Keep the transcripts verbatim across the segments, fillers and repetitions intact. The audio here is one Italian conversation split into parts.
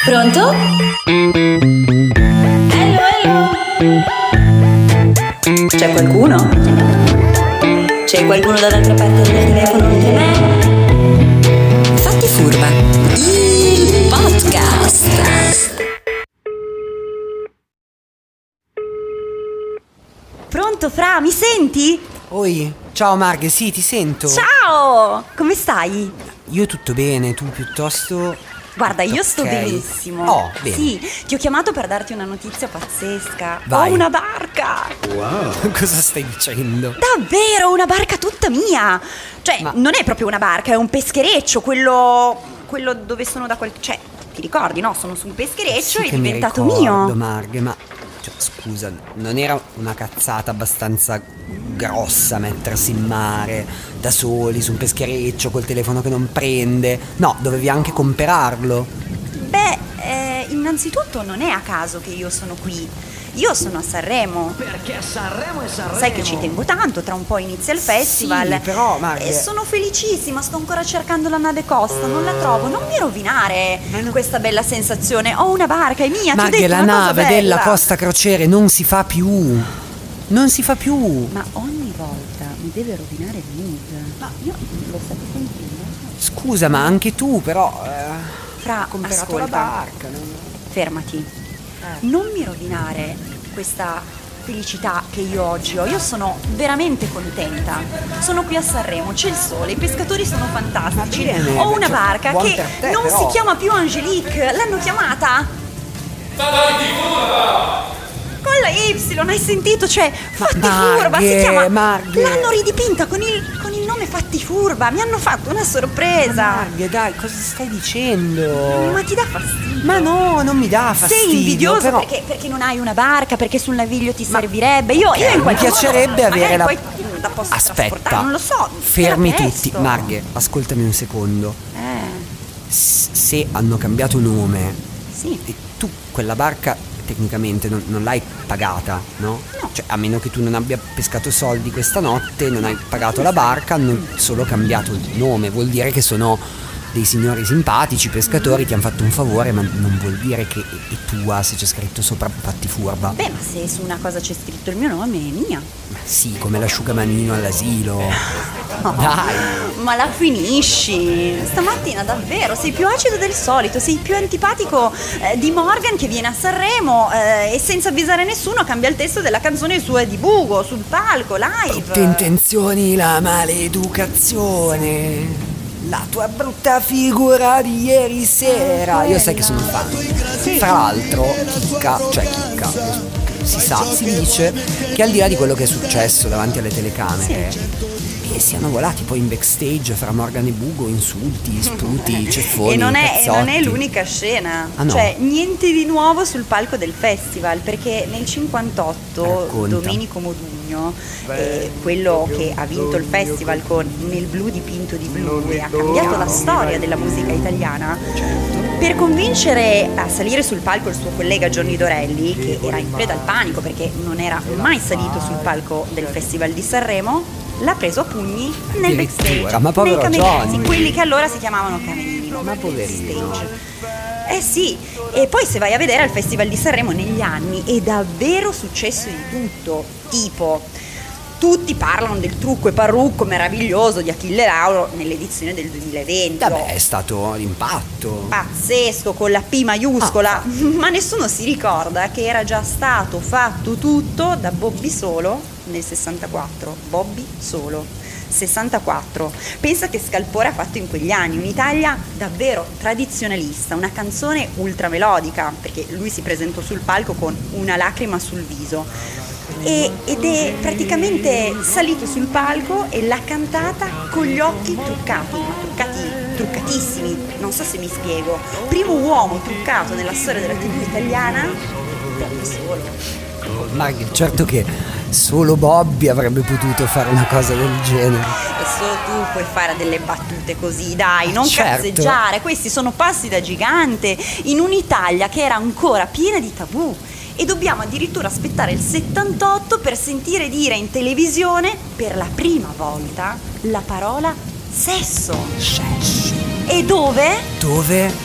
Pronto? Hello, hello. C'è qualcuno? C'è qualcuno dall'altra parte del telefono oltre me? Fatti furba, il podcast. Pronto, Fra, mi senti? Oi, ciao Marghe, sì, ti sento. Ciao, come stai? Io tutto bene, tu piuttosto? Guarda, io sto Ok. benissimo. Oh, bene. Sì, ti ho chiamato per darti una notizia pazzesca. Vai. Ho una barca. Cosa stai dicendo? Davvero, una barca tutta mia. Cioè, Ma- non è proprio una barca, è un peschereccio, quello quello dove sono da quel... Cioè, ti ricordi, no? Sono su un peschereccio Sì e è che mi diventato ricordo, mio. Marghe, ma cioè, scusa, non era una cazzata abbastanza grossa mettersi in mare da soli su un peschereccio col telefono che non prende? No, dovevi anche comprarlo. Beh, eh, innanzitutto non è a caso che io sono qui. Io sono a Sanremo. Perché Sanremo è Sanremo. Sai che ci tengo tanto, tra un po' inizia il festival. Sì, però, Marghe- E sono felicissima, sto ancora cercando la nave Costa, non la trovo. Non mi rovinare questa bella sensazione. Ho una barca, è mia, ti ho Marghe, detto la una cosa nave bella. della Costa Crociere non si fa più. Non si fa più. Ma ogni volta mi deve rovinare il mood. Ma io lo state sentendo? Scusa, ma anche tu, però. Eh, Fra, ho comprato ascolta, la barca. non- fermati. Non mi rovinare questa felicità che io oggi ho. Io sono veramente contenta. Sono qui a Sanremo, c'è il sole, i pescatori sono fantastici. Va bene, Ho una cioè, barca buon che per te, non però. si chiama più Angelique, l'hanno chiamata con la Y, hai sentito? Cioè, Fatti Marghe, Furba si chiama. Marghe. L'hanno ridipinta con il, con il nome Fatti Furba. Mi hanno fatto una sorpresa. Marghe, dai, cosa stai dicendo? Ma ti dà fastidio? Ma no, non mi dà fastidio. Sei invidioso però perché, perché non hai una barca, perché sul naviglio ti servirebbe. Io, io in mi qualche piacerebbe modo, avere la. magari poi la posso trasportare, Aspetta, non lo so. fermi era tutti. presto. Marghe, ascoltami un secondo. Eh, S- se hanno cambiato nome, sì. e tu quella barca tecnicamente non, non l'hai pagata, no? No. Cioè, a meno che tu non abbia pescato soldi questa notte, non hai pagato la barca, hanno solo cambiato il nome. Vuol dire che sono dei signori simpatici, pescatori, ti hanno fatto un favore, ma non vuol dire che è tua se c'è scritto sopra Fatti Furba. Beh, ma se su una cosa c'è scritto il mio nome, è mia. Ma sì, come l'asciugamanino all'asilo. Dai. Ma la finisci? Stamattina davvero sei più acido del solito, sei più antipatico eh, di Morgan che viene a Sanremo eh, e senza avvisare nessuno cambia il testo della canzone sua di Bugo sul palco, live. Tutte intenzioni, la maleducazione. La tua brutta figura di ieri sera. Io sai che sono fan. Tra l'altro, chicca, cioè chicca, si sa, si dice che al di là di quello che è successo davanti alle telecamere, e siano volati poi in backstage fra Morgan e Bugo, insulti, sputi, ceffoni, E non è, e non è cazzotti. l'unica scena, Ah, no? cioè niente di nuovo sul palco del festival, perché nel cinquantotto Racconta. Domenico Modugno, eh, quello che ha vinto il festival con Nel blu dipinto di blu e ha cambiato la storia della musica italiana, per convincere a salire sul palco il suo collega Johnny Dorelli, che era in preda al panico perché non era mai salito sul palco del Festival di Sanremo, l'ha preso a pugni nel Addirittura, backstage, ma povero nei camerini, Johnny. quelli che allora si chiamavano camerini, no? Ma poverino. Backstage. Eh sì, e poi se vai a vedere al Festival di Sanremo negli anni è davvero successo di tutto, tipo tutti parlano del trucco e parrucco meraviglioso di Achille Lauro nell'edizione del duemilaventi. Vabbè, è stato l'impatto. Pazzesco, con la P maiuscola, ma nessuno si ricorda che era già stato fatto tutto da Bobby Solo nel sessantaquattro. Bobby Solo, sessantaquattro. Pensa che scalpore ha fatto in quegli anni, un'Italia davvero tradizionalista, una canzone ultramelodica, perché lui si presentò sul palco con una lacrima sul viso. E, ed è praticamente salito sul palco e l'ha cantata con gli occhi truccati, ma truccati, truccatissimi, non so se mi spiego. Primo uomo truccato nella storia della tivù italiana, Bobby Solo. Marghe, certo che solo Bobby avrebbe potuto fare una cosa del genere. E solo tu puoi fare delle battute così, dai, non Certo. cazzeggiare. Questi sono passi da gigante in un'Italia che era ancora piena di tabù. E dobbiamo addirittura aspettare il settantotto per sentire dire in televisione per la prima volta la parola sesso. Sesso. E dove? Dove?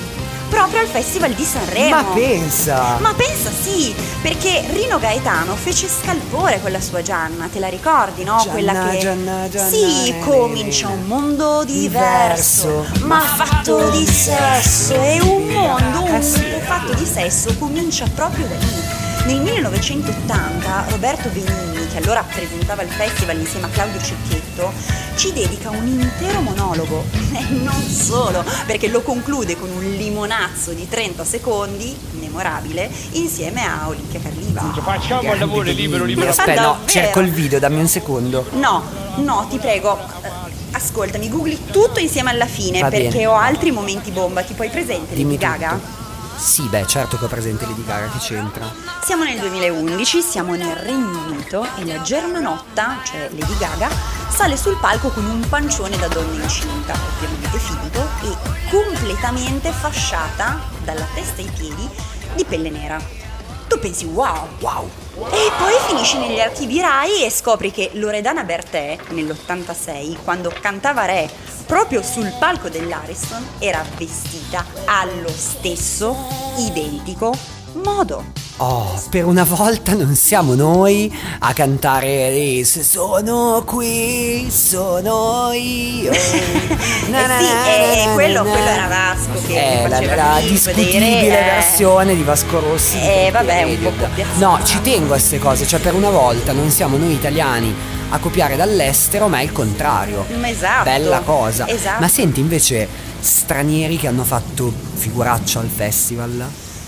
proprio al Festival di Sanremo. Ma pensa! Ma pensa sì, perché Rino Gaetano fece scalpore con la sua Gianna, te la ricordi, no? Gianna, Quella che Gianna, Gianna, sì, ne, comincia ne, ne. un mondo diverso, Diverso, ma fatto di sesso, e un mondo, un Eh sì. mondo fatto di sesso comincia proprio da lì. Nel millenovecentottanta Roberto Benigni, che allora presentava il festival insieme a Claudio Cecchetto, ci dedica un intero monologo, e non solo, perché lo conclude con un limonazzo di trenta secondi, memorabile, insieme a Olicchia Carlivio. Facciamo il lavoro libero, libero. Aspetta, no, Davvero? cerco il video, dammi un secondo. No, no, ti prego, eh, ascoltami, googli tutto insieme alla fine, Va perché bene. ho altri momenti bomba. Ti puoi presente Dimmi Lady Gaga? tutto. Sì, beh, certo che ho presente Lady Gaga, che c'entra? Siamo nel duemilaundici, siamo nel Regno Unito e la Germanotta, cioè Lady Gaga, sale sul palco con un pancione da donna incinta, ovviamente finto, e completamente fasciata dalla testa ai piedi di pelle nera. Tu pensi wow, wow. E poi finisci negli archivi Rai e scopri che Loredana Bertè, nell'ottantasei, quando cantava Re proprio sul palco dell'Ariston, era vestita allo stesso identico modo. Oh, per una volta non siamo noi a cantare lì, se sono qui, sono io. Na, na, Eh sì, na, eh, na, quello, na. quello era Vasco che Eh, la, faceva la clip, discutibile dei re, eh. versione di Vasco Rossi. Eh, vabbè, un po' Period. copiazzata. No, ci tengo a queste cose, cioè per una volta non siamo noi italiani a copiare dall'estero, ma è il contrario. Ma esatto. Bella cosa. Esatto. Ma senti invece stranieri che hanno fatto figuraccia al festival?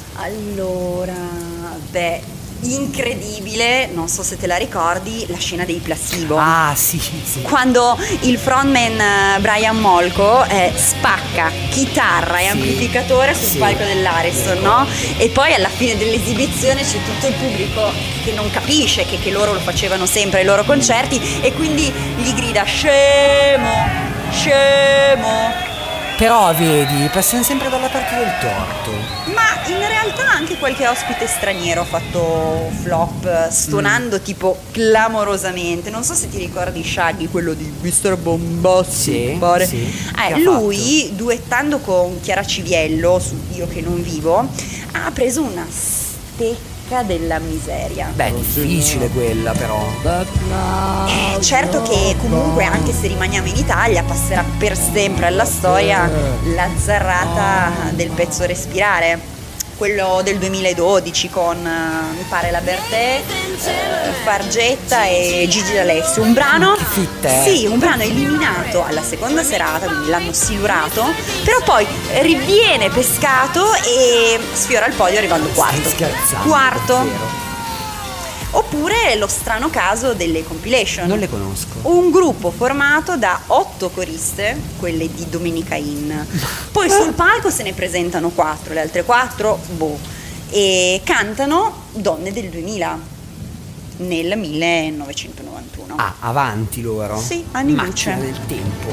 Allora, beh, incredibile, non so se te la ricordi, la scena dei placebo. Ah, sì, sì. Quando il frontman eh, Brian Molko eh, spacca chitarra e Sì. amplificatore sul Sì. palco dell'Ariston, no? E poi alla fine dell'esibizione c'è tutto il pubblico che non capisce che, che loro lo facevano sempre ai loro concerti e quindi gli grida scemo, scemo. Però vedi, passiamo sempre dalla parte del torto. Ma in realtà anche qualche ospite straniero ha fatto flop, stonando Mm. tipo clamorosamente. Non so se ti ricordi Shaggy, quello di mister Bombassi, Sì, mi pare. sì. Eh, Che ha lui, duettando con Chiara Civiello su Io che non vivo, ha preso una stecca della miseria. Beh, difficile quella però. Eh, certo che comunque, anche se rimaniamo in Italia, passerà per sempre alla storia la zarrata del pezzo Respirare, quello del duemiladodici con, eh, mi pare, la Bertè, eh, Fargetta e Gigi D'Alessio. Un brano, Che fitte, eh. sì, un brano eliminato alla seconda serata, quindi l'hanno silurato, però poi riviene pescato e sfiora il podio arrivando quarto. Stai scherzando? Quarto. Davvero? Oppure lo strano caso delle compilation. Non le conosco. Un gruppo formato da otto coriste, quelle di Domenica Inn. Poi sul palco se ne presentano quattro, le altre quattro, boh. E cantano Donne del duemila, nel millenovecentonovantuno. Ah, avanti loro. Sì, anni Macchina luce. del tempo.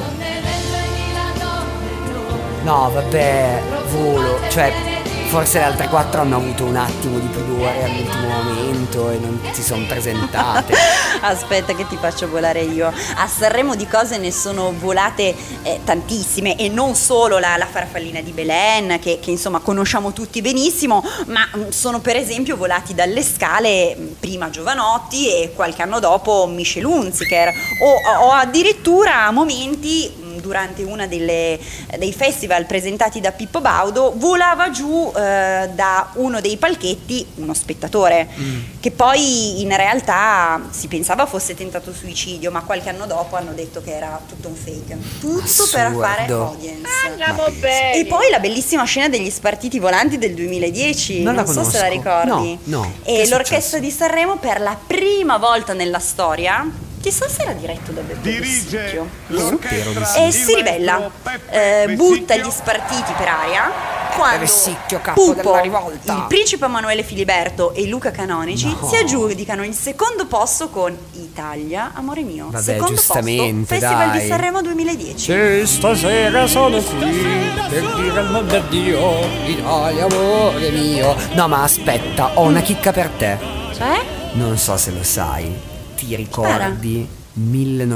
No, vabbè, volo. Cioè, forse le altre quattro hanno avuto un attimo di pudore all'ultimo momento e non si sono presentate. Aspetta che ti faccio volare io. A Sanremo di cose ne sono volate eh, tantissime, e non solo la, la farfallina di Belen che, che insomma conosciamo tutti benissimo, ma mh, sono per esempio volati dalle scale mh, prima Giovanotti e qualche anno dopo Michel Hunziker, o, o addirittura a momenti mh, durante una delle, dei festival presentati da Pippo Baudo volava giù eh, da uno dei palchetti uno spettatore mm. che poi in realtà si pensava fosse tentato suicidio, ma qualche anno dopo hanno detto che era tutto un fake, tutto Assurdo. per fare audience. Andiamo bene. E poi la bellissima scena degli spartiti volanti del duemiladieci, Non la so se la conosco. ricordi. No, no. Che E è l'orchestra successo? di Sanremo per la prima volta nella storia, chissà se era diretto da Beppe Dirige Vessicchio. l'orchestra E di si ribella, maestro Peppe eh, butta Vessicchio. gli spartiti per aria quando Vessicchio, capo Pupo, della rivolta. il principe Emanuele Filiberto e Luca Canonici No. si aggiudicano il secondo posto con Italia, amore mio. Vabbè, secondo giustamente, posto, Festival dai. di Sanremo duemiladieci. Sì, stasera sono qui per dire al mondo addio, Italia amore mio. No, ma aspetta, ho una chicca per te. Cioè? Non so se lo sai. Ti ricordi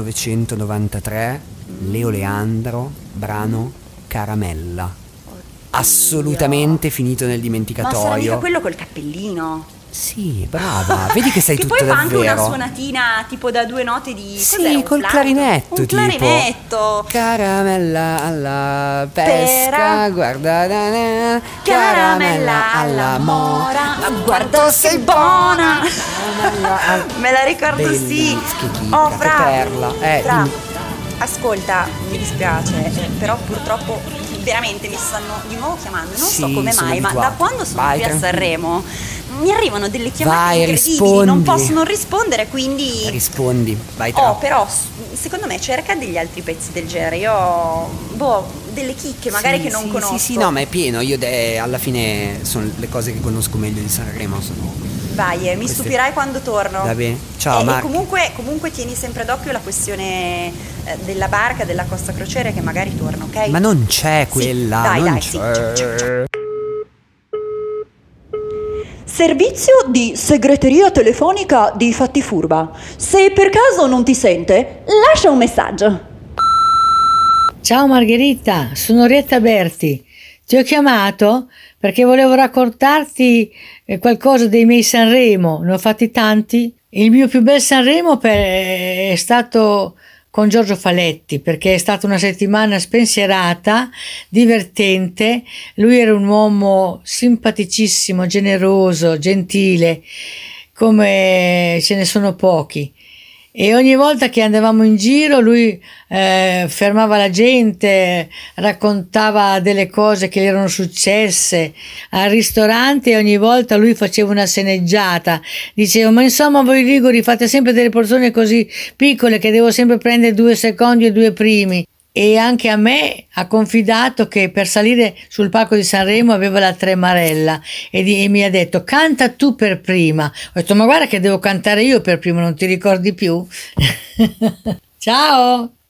millenovecentonovantatré, Leo Leandro, brano Caramella. assolutamente finito nel Ma sarà mica dimenticatoio. quello col cappellino. Sì, brava, vedi che sai Che tutto poi fa anche una davvero. suonatina tipo da due note di... Sì, cos'era, un col flauto? clarinetto Un tipo. clarinetto. Caramella alla pesca, Pera. guarda, na, na, Caramella alla mora, guarda sei buona. Caramella al- Me la ricordo, Bellissima, sì. che chicca, Oh, che Fra, perla. Eh, Fra, dimmi. ascolta, mi dispiace, eh, però purtroppo veramente mi stanno di nuovo chiamando. Non Sì, so come sono mai, ma abituato. da quando sono Vai, qui a tranquilla. Sanremo mi arrivano delle chiamate Vai, incredibili, rispondi. non posso non rispondere, quindi... Rispondi, vai tra. Oh, però s- secondo me cerca degli altri pezzi del genere. Io, boh, delle chicche magari Sì, che non sì, conosco. Sì, sì, no, ma è pieno. Io de- alla fine sono le cose che conosco meglio di Sanremo. Sono... Vai, eh, mi Queste- stupirai quando torno. Va bene. Ciao, Eh, e Marco. comunque, comunque tieni sempre d'occhio la questione eh, della barca, della Costa Crociere, che magari torna, ok? Ma non c'è Sì, quella, dai, non dai, c'è. sì, ciao, ciao, ciao. Servizio di segreteria telefonica di Fatti Furba. Se per caso non ti sente, lascia un messaggio. Ciao Margherita, sono Orietta Berti. Ti ho chiamato perché volevo raccontarti eh, qualcosa dei miei Sanremo, ne ho fatti tanti. Il mio più bel Sanremo per- è stato con Giorgio Faletti, perché è stata una settimana spensierata, divertente. Lui era un uomo simpaticissimo, generoso, gentile, come ce ne sono pochi. E ogni volta che andavamo in giro lui eh, fermava la gente, raccontava delle cose che gli erano successe al ristorante, e ogni volta lui faceva una sceneggiata, diceva: ma insomma voi liguri fate sempre delle porzioni così piccole che devo sempre prendere due secondi e due primi. E anche a me ha confidato che per salire sul palco di Sanremo aveva la tremarella e, di- e mi ha detto: canta tu per prima. Ho detto: ma guarda che devo cantare io per prima, non ti ricordi più? Ciao!